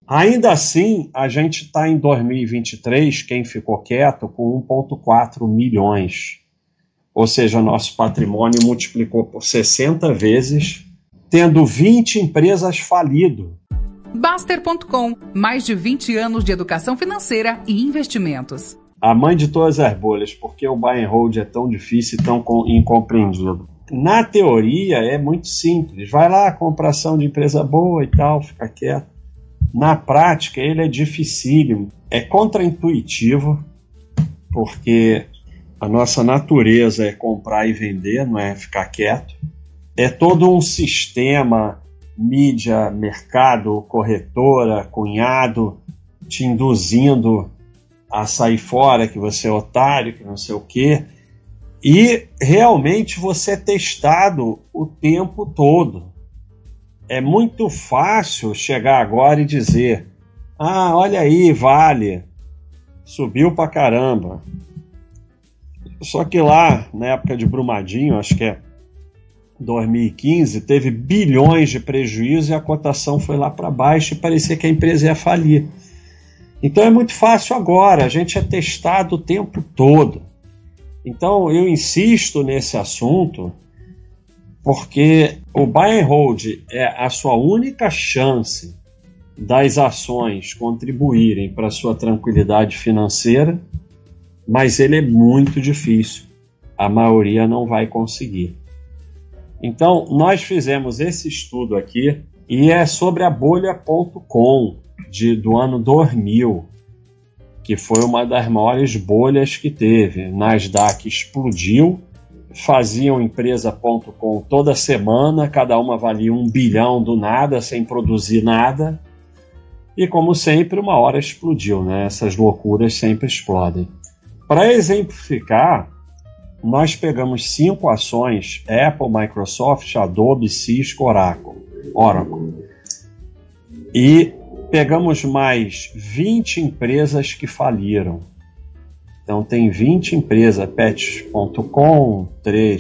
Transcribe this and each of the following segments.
Ainda assim, a gente está em 2023, quem ficou quieto, com 1,4 milhões. Ou seja, nosso patrimônio multiplicou por 60 vezes, tendo 20 empresas falido. Baster.com, mais de 20 anos de educação financeira e investimentos. A mãe de todas as bolhas, porque o buy and hold é tão difícil e tão incompreendido. Na teoria é muito simples, vai lá, compra ação de empresa boa e tal, fica quieto. Na prática ele é dificílimo, é contraintuitivo, porque a nossa natureza é comprar e vender, não é ficar quieto. É todo um sistema, mídia, mercado, corretora, cunhado, te induzindo a sair fora, que você é otário, que não sei o quê. E realmente você é testado o tempo todo. É muito fácil chegar agora e dizer: ah, olha aí, Vale, subiu pra caramba. Só que lá, na época de Brumadinho, acho que é 2015, teve bilhões de prejuízo e a cotação foi lá para baixo e parecia que a empresa ia falir. Então é muito fácil agora, a gente é testado o tempo todo. Então eu insisto nesse assunto porque o buy and hold é a sua única chance das ações contribuírem para a sua tranquilidade financeira, mas ele é muito difícil. A maioria não vai conseguir. Então, nós fizemos esse estudo aqui e é sobre a bolha.com do ano 2000, que foi uma das maiores bolhas que teve. Nasdaq explodiu, faziam empresa.com toda semana, cada uma valia 1 bilhão do nada, sem produzir nada. E como sempre, uma hora explodiu, né? Essas loucuras sempre explodem. Para exemplificar, nós pegamos 5 ações: Apple, Microsoft, Adobe, Cisco, Oracle. E pegamos mais 20 empresas que faliram. Então tem 20 empresas, Pets.com,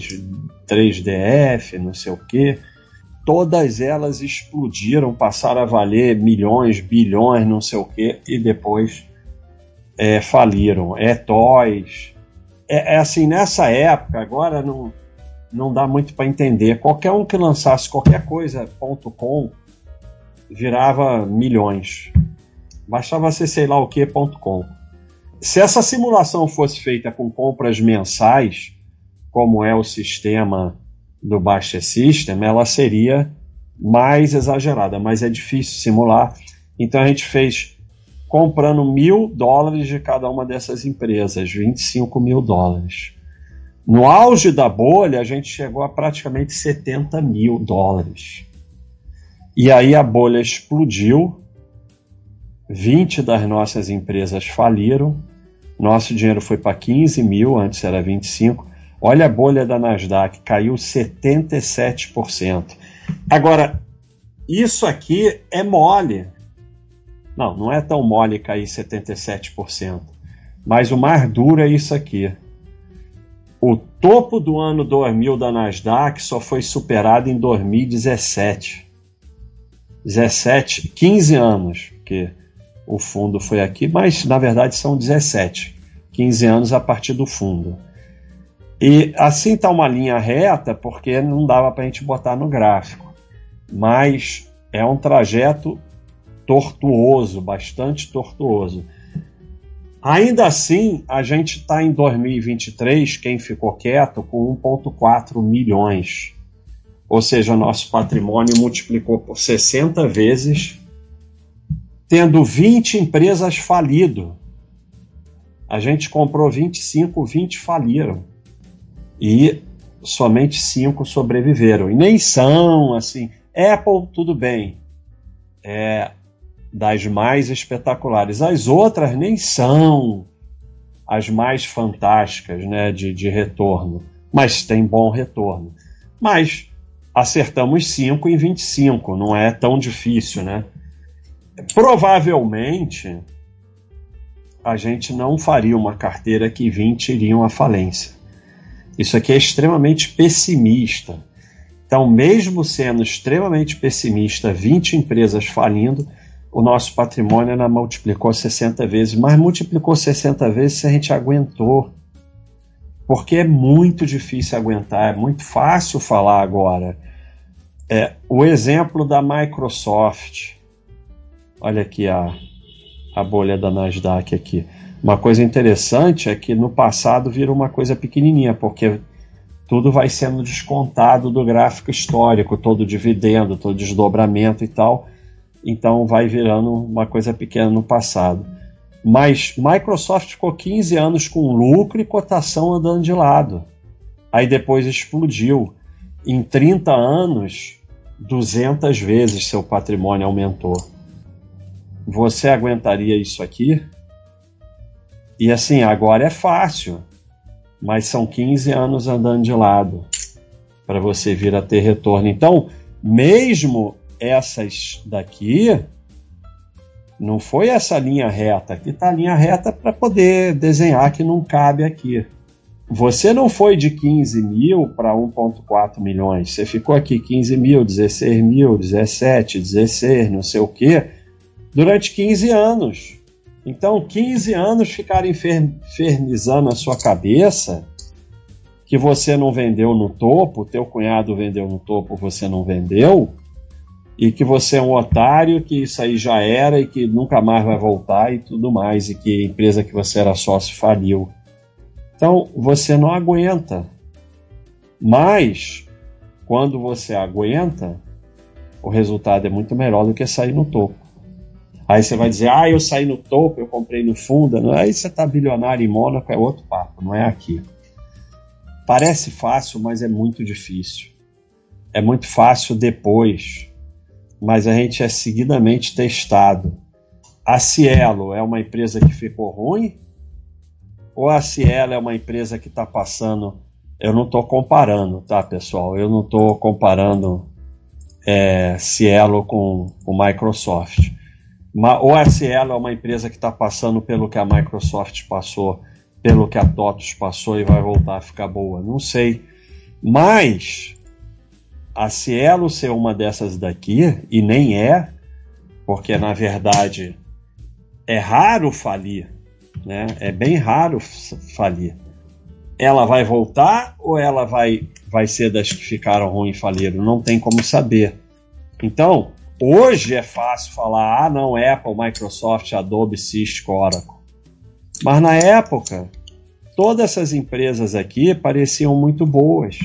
3DF, não sei o quê. Todas elas explodiram, passaram a valer milhões, bilhões, não sei o quê, e depois faliram. Toys. Assim, nessa época, agora não dá muito para entender. Qualquer um que lançasse qualquer coisa, .com, virava milhões. Bastava ser sei lá o que, .com. Se essa simulação fosse feita com compras mensais, como é o sistema do Baixa System, ela seria mais exagerada, mas é difícil simular. Então a gente fez comprando $1.000 de cada uma dessas empresas, $25 mil. No auge da bolha, a gente chegou a praticamente $70 mil. E aí a bolha explodiu, 20 das nossas empresas faliram, nosso dinheiro foi para 15 mil, antes era 25. Olha a bolha da Nasdaq, caiu 77%. Agora, isso aqui é mole. Não é tão mole cair 77%. Mas o mais duro é isso aqui. O topo do ano 2000 da Nasdaq só foi superado em 2017. 15 anos, porque o fundo foi aqui, mas na verdade são 17. 15 anos a partir do fundo. E assim está uma linha reta, porque não dava para a gente botar no gráfico. Mas é um trajeto tortuoso, bastante tortuoso. Ainda assim, a gente está em 2023, quem ficou quieto, com 1,4 milhões. Ou seja, nosso patrimônio multiplicou por 60 vezes, tendo 20 empresas falido. A gente comprou 25, 20 faliram. E somente 5 sobreviveram. E nem são, assim... Apple, tudo bem. Das mais espetaculares. As outras nem são as mais fantásticas, né, de retorno, mas tem bom retorno. Mas acertamos 5 em 25, não é tão difícil, né? Provavelmente a gente não faria uma carteira que 20 iriam à falência. Isso aqui é extremamente pessimista. Então, mesmo sendo extremamente pessimista, 20 empresas falindo, o nosso patrimônio ainda multiplicou 60 vezes, mas multiplicou 60 vezes se a gente aguentou. Porque é muito difícil aguentar, é muito fácil falar agora. O exemplo da Microsoft, olha aqui a bolha da Nasdaq aqui. Uma coisa interessante é que no passado vira uma coisa pequenininha, porque tudo vai sendo descontado do gráfico histórico, todo dividendo, todo desdobramento e tal, então vai virando uma coisa pequena no passado. Mas Microsoft ficou 15 anos com lucro e cotação andando de lado. Aí depois explodiu. Em 30 anos, 200 vezes seu patrimônio aumentou. Você aguentaria isso aqui? E assim, agora é fácil, mas são 15 anos andando de lado para você vir a ter retorno. Então, mesmo essas daqui, não foi essa linha reta. Aqui está a linha reta para poder desenhar, que não cabe aqui. Você não foi de 15 mil para 1,4 milhões. Você ficou aqui 15 mil, 16 mil, 17, 16, não sei o quê, durante 15 anos. Então, 15 anos ficaram infernizando a sua cabeça que você não vendeu no topo, teu cunhado vendeu no topo, você não vendeu, e que você é um otário, que isso aí já era e que nunca mais vai voltar e tudo mais, e que a empresa que você era sócio faliu. Então, você não aguenta. Mas, quando você aguenta, o resultado é muito melhor do que sair no topo. Aí você vai dizer, eu saí no topo, eu comprei no fundo. Aí você está bilionário em Mônaco, é outro papo, não é aqui. Parece fácil, mas é muito difícil. É muito fácil depois, mas a gente é seguidamente testado. A Cielo é uma empresa que ficou ruim? Ou a Cielo é uma empresa que está passando... Eu não estou comparando, tá, pessoal? Eu não estou comparando Cielo com Microsoft. Ou a Cielo é uma empresa que está passando pelo que a Microsoft passou, pelo que a TOTVS passou e vai voltar a ficar boa. Não sei. Mas a Cielo ser uma dessas daqui, e nem é, porque na verdade é raro falir, né? É bem raro falir. Ela vai voltar ou ela vai ser das que ficaram ruins e faliram? Não tem como saber. Então, hoje é fácil falar, não, Apple, Microsoft, Adobe, Cisco, Oracle. Mas na época, todas essas empresas aqui pareciam muito boas.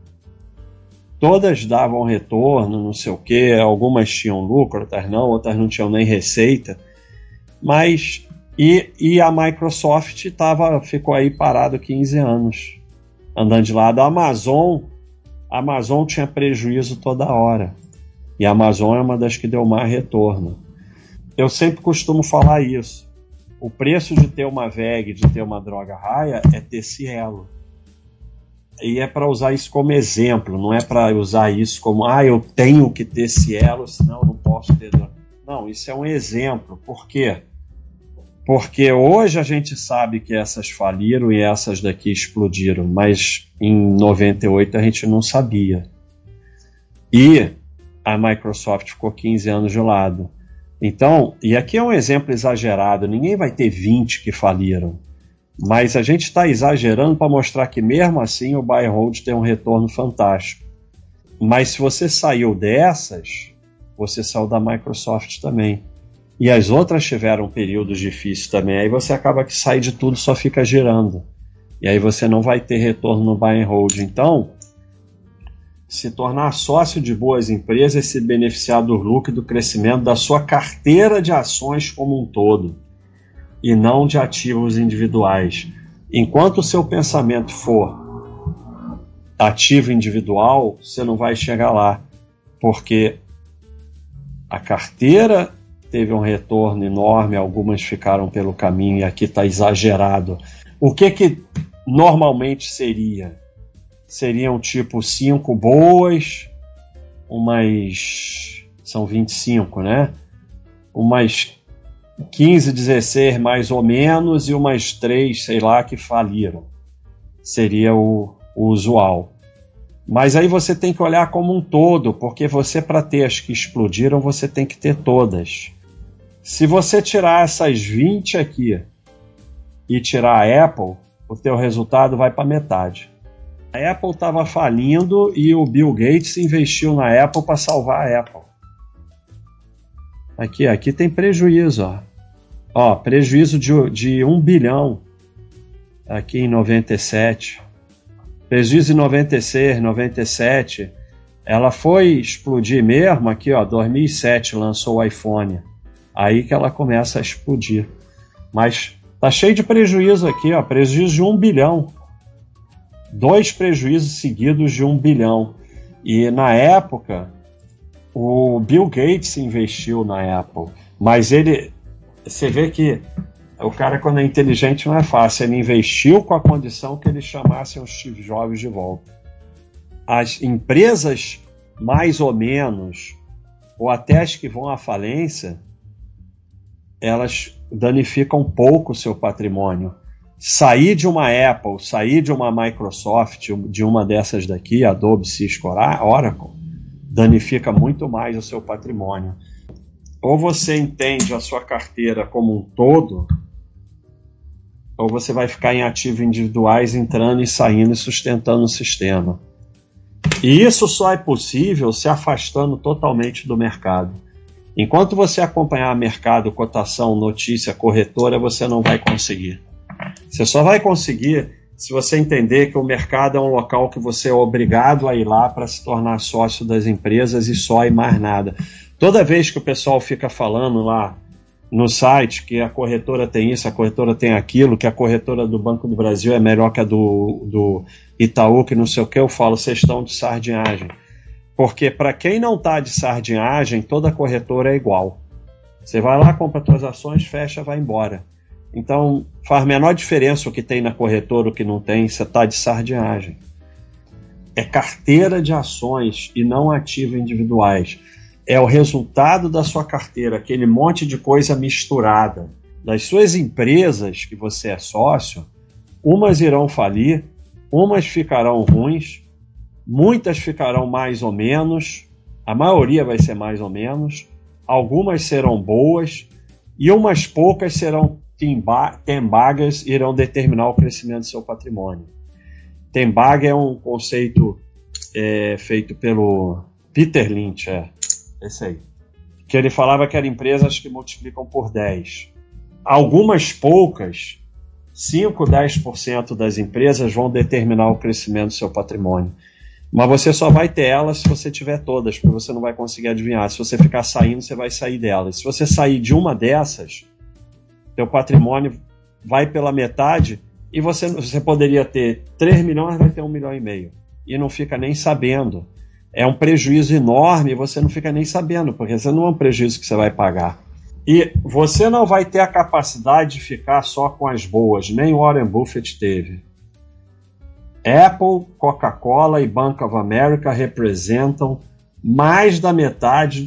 Todas davam retorno, não sei o quê, algumas tinham lucro, outras não tinham nem receita. Mas, e a Microsoft ficou aí parado 15 anos, andando de lado. A Amazon tinha prejuízo toda hora. E a Amazon é uma das que deu mais retorno. Eu sempre costumo falar isso. O preço de ter uma VEG, de ter uma droga raia, é ter Cielo. E é para usar isso como exemplo, não é para usar isso como, eu tenho que ter Cielo, senão eu não posso ter droga. Não, isso é um exemplo. Por quê? Porque hoje a gente sabe que essas faliram e essas daqui explodiram, mas em 98 a gente não sabia. E a Microsoft ficou 15 anos de lado. Então, e aqui é um exemplo exagerado, ninguém vai ter 20 que faliram, mas a gente está exagerando para mostrar que mesmo assim o buy and hold tem um retorno fantástico. Mas se você saiu dessas, você saiu da Microsoft também. E as outras tiveram períodos difíceis também, aí você acaba que sai de tudo, só fica girando. E aí você não vai ter retorno no buy and hold. Então, se tornar sócio de boas empresas e se beneficiar do lucro e do crescimento da sua carteira de ações como um todo, e não de ativos individuais. Enquanto o seu pensamento for ativo individual, você não vai chegar lá, porque a carteira teve um retorno enorme, algumas ficaram pelo caminho e aqui está exagerado. O que normalmente seria? Seriam tipo 5 boas, são 25, né? Umas 15, 16 mais ou menos e umas 3, sei lá, que faliram. Seria o usual. Mas aí você tem que olhar como um todo, porque você, para ter as que explodiram, você tem que ter todas. Se você tirar essas 20 aqui e tirar a Apple, o teu resultado vai para metade. A Apple estava falindo e o Bill Gates investiu na Apple para salvar a Apple. Aqui tem prejuízo, ó. Prejuízo de 1 bilhão aqui em 97. Prejuízo em 96, 97. Ela foi explodir mesmo aqui, ó, 2007 lançou o iPhone. Aí que ela começa a explodir. Mas tá cheio de prejuízo aqui, ó, prejuízo de 1 bilhão. 2 prejuízos seguidos de 1 bilhão. E na época, o Bill Gates investiu na Apple. Mas você vê que o cara, quando é inteligente, não é fácil. Ele investiu com a condição que eles chamassem o Steve Jobs de volta. As empresas, mais ou menos, ou até as que vão à falência, elas danificam pouco o seu patrimônio. Sair de uma Apple, sair de uma Microsoft, de uma dessas daqui, Adobe, Cisco, Oracle, danifica muito mais o seu patrimônio. Ou você entende a sua carteira como um todo, ou você vai ficar em ativos individuais, entrando e saindo e sustentando o sistema. E isso só é possível se afastando totalmente do mercado. Enquanto você acompanhar mercado, cotação, notícia, corretora, você não vai conseguir. Você só vai conseguir se você entender que o mercado é um local que você é obrigado a ir lá para se tornar sócio das empresas e só e mais nada. Toda vez que o pessoal fica falando lá no site que a corretora tem isso, a corretora tem aquilo, que a corretora do Banco do Brasil é melhor que a do Itaú, que não sei o que, eu falo, vocês estão de sardinhagem. Porque para quem não está de sardinhagem, toda corretora é igual. Você vai lá, compra suas ações, fecha, vai embora. Então, faz a menor diferença o que tem na corretora, o que não tem, você está de sardinhagem. É carteira de ações e não ativos individuais. É o resultado da sua carteira, aquele monte de coisa misturada. Das suas empresas que você é sócio, umas irão falir, umas ficarão ruins, muitas ficarão mais ou menos, a maioria vai ser mais ou menos, algumas serão boas e umas poucas serão tembagas e irão determinar o crescimento do seu patrimônio. Tembaga é um conceito feito pelo Peter Lynch, esse aí, que ele falava que eram empresas que multiplicam por 10. Algumas poucas, 5, 10% das empresas vão determinar o crescimento do seu patrimônio. Mas você só vai ter elas se você tiver todas, porque você não vai conseguir adivinhar. Se você ficar saindo, você vai sair delas. Se você sair de uma dessas, teu patrimônio vai pela metade e você poderia ter 3 milhões, vai ter 1,5 milhão. E não fica nem sabendo. É um prejuízo enorme e você não fica nem sabendo, porque você não é um prejuízo que você vai pagar. E você não vai ter a capacidade de ficar só com as boas, nem Warren Buffett teve. Apple, Coca-Cola e Bank of America representam mais da metade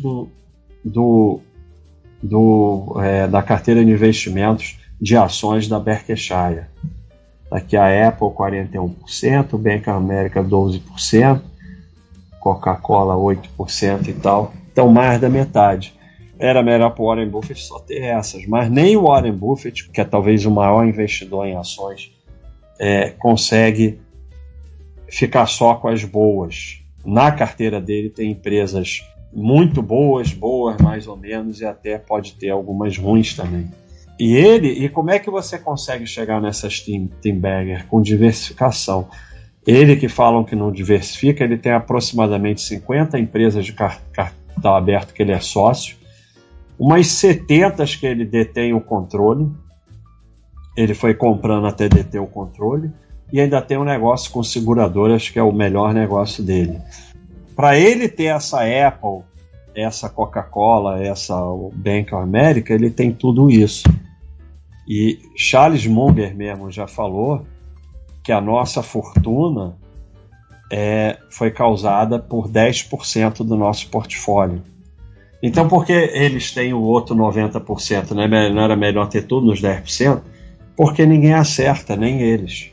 da carteira de investimentos de ações da Berkshire. Aqui a Apple 41%, Bank of America 12%, Coca-Cola 8% e tal. Então mais da metade. Era melhor para o Warren Buffett só ter essas, mas nem o Warren Buffett, que é talvez o maior investidor em ações, consegue ficar só com as boas. Na carteira dele tem empresas muito boas, mais ou menos, e até pode ter algumas ruins também. E como é que você consegue chegar nessas Teambagger? Com diversificação. Ele, que falam que não diversifica, ele tem aproximadamente 50 empresas de capital aberto que ele é sócio, umas 70 que ele detém o controle, ele foi comprando até deter o controle, e ainda tem um negócio com seguradoras, que é o melhor negócio dele. Para ele ter essa Apple, essa Coca-Cola, o Bank of America, ele tem tudo isso. E Charles Munger mesmo já falou que a nossa fortuna foi causada por 10% do nosso portfólio. Então, por que eles têm o outro 90%? Não era melhor ter tudo nos 10%? Porque ninguém acerta, nem eles.